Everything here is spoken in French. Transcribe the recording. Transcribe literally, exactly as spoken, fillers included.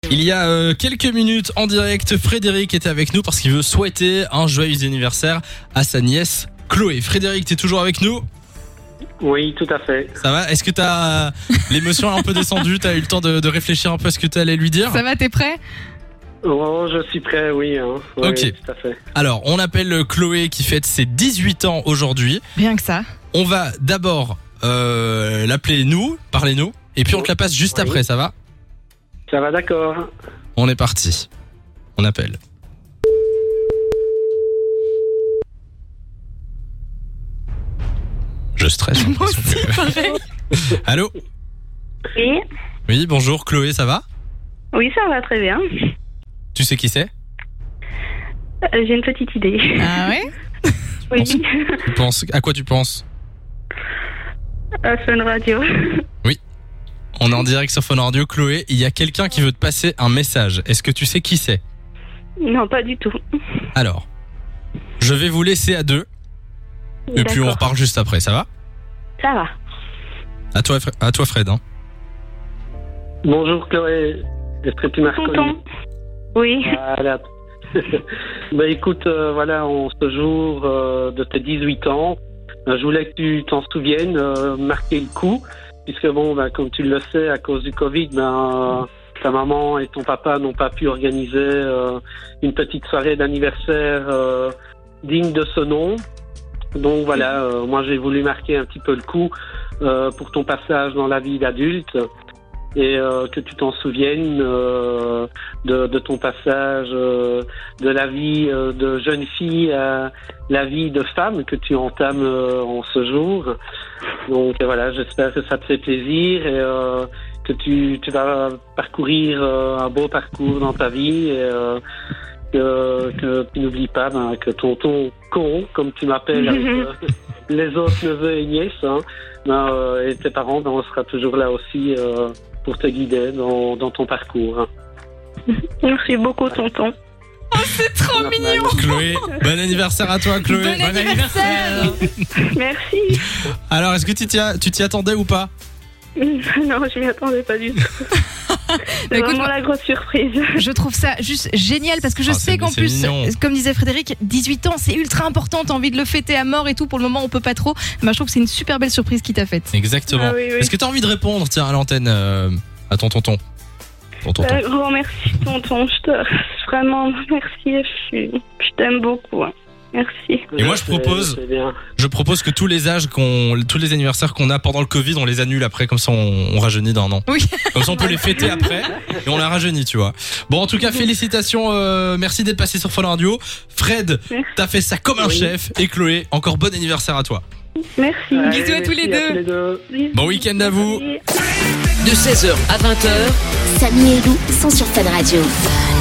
Il y a euh, quelques minutes en direct, Frédéric était avec nous parce qu'il veut souhaiter un joyeux anniversaire à sa nièce Chloé. Frédéric, t'es toujours avec nous ? Oui, tout à fait. Ça va ? Est-ce que t'as euh, l'émotion est un peu descendue ? T'as eu le temps de, de réfléchir un peu à ce que t'allais lui dire ? Ça va, t'es prêt ? Oh, je suis prêt, oui. Hein. Oui, Ok. oui, tout à fait. Alors, on appelle Chloé qui fête ses dix-huit ans aujourd'hui. Bien que ça. On va d'abord euh, l'appeler nous, parlez-nous, et puis on te la passe juste Oui. après, ça va ? Ça va, d'accord. On est parti. On appelle. Je stresse. Moi aussi, pareil. Allô ? Oui, Oui, bonjour Chloé, ça va ? oui, ça va très bien. Tu sais qui c'est ? Euh, J'ai une petite idée. Ah ouais ? Oui, penses- Tu penses à quoi tu penses ? à Fun Radio. On est en direct sur Fun Radio, Chloé. Il y a quelqu'un qui veut te passer un message. Est-ce que tu sais qui c'est ? Non, pas du tout. Alors, je vais vous laisser à deux et puis on D'accord. reparle juste après. Ça va ? Ça va. À toi, Fre- à toi Fred. Hein. Bonjour, Chloé. Est-ce que tu m'as reconnu ? Tonton. Oui. Voilà. Bah écoute, euh, voilà, en ce jour euh, de tes dix-huit ans, euh, je voulais que tu t'en souviennes, euh, marquer le coup, puisque bon, bah, comme tu le sais, à cause du Covid, ben, euh, ta maman et ton papa n'ont pas pu organiser euh, une petite soirée d'anniversaire euh, digne de ce nom. Donc voilà, euh, moi j'ai voulu marquer un petit peu le coup euh, pour ton passage dans la vie d'adulte. Et euh, que tu t'en souviennes euh, de, de ton passage euh, de la vie euh, de jeune fille à la vie de femme que tu entames euh, en ce jour. Donc euh, voilà, j'espère que ça te fait plaisir et euh, que tu, tu vas parcourir euh, un beau parcours dans ta vie et euh, que, que tu n'oublies pas ben, que tonton con, comme tu m'appelles avec euh, les autres neveux et nièces, hein, ben, euh, et tes parents, ben, on sera toujours là aussi euh, pour te guider dans, dans ton parcours. Merci beaucoup, tonton. C'est trop mignon. Chloé, bon anniversaire à toi Chloé. Bon anniversaire. Merci. Alors, est-ce que tu t'y, a- tu t'y attendais ou pas ? Non, je m'y attendais pas du tout. Bah, C'est écoute, vraiment la grosse surprise. Je trouve ça juste génial parce que je Ah, sais c'est- qu'en c'est plus, mignon. comme disait Frédéric, dix-huit ans, c'est ultra important. T'as envie de le fêter à mort et tout. Pour le moment, on peut pas trop. Mais je trouve que c'est une super belle surprise qui t'a faite. Exactement. Ah oui, oui. Est-ce que tu as envie de répondre, tiens, à l'antenne, euh, à ton tonton ? Ton tonton. Euh, grand merci, tonton. Je te vraiment merci. Je, suis... je t'aime beaucoup. hein. Merci. Et moi, je sais, propose- je sais bien. Je propose que tous les âges qu'on, tous les anniversaires qu'on a pendant le Covid, on les annule après, comme ça on, on rajeunit d'un an. Oui. Comme ça on peut les fêter après et on la rajeunit, tu vois. Bon, en tout cas, félicitations, euh, merci d'être passé sur Fun Radio. Fred, Merci. t'as fait ça comme un Oui. chef. Et Chloé, encore bon anniversaire à toi. Merci. Allez, Bisous à tous les merci deux. tous les deux. Bisous. Bon week-end à vous. Merci. De seize heures à vingt heures, Samy et Lou sont sur Fun Radio.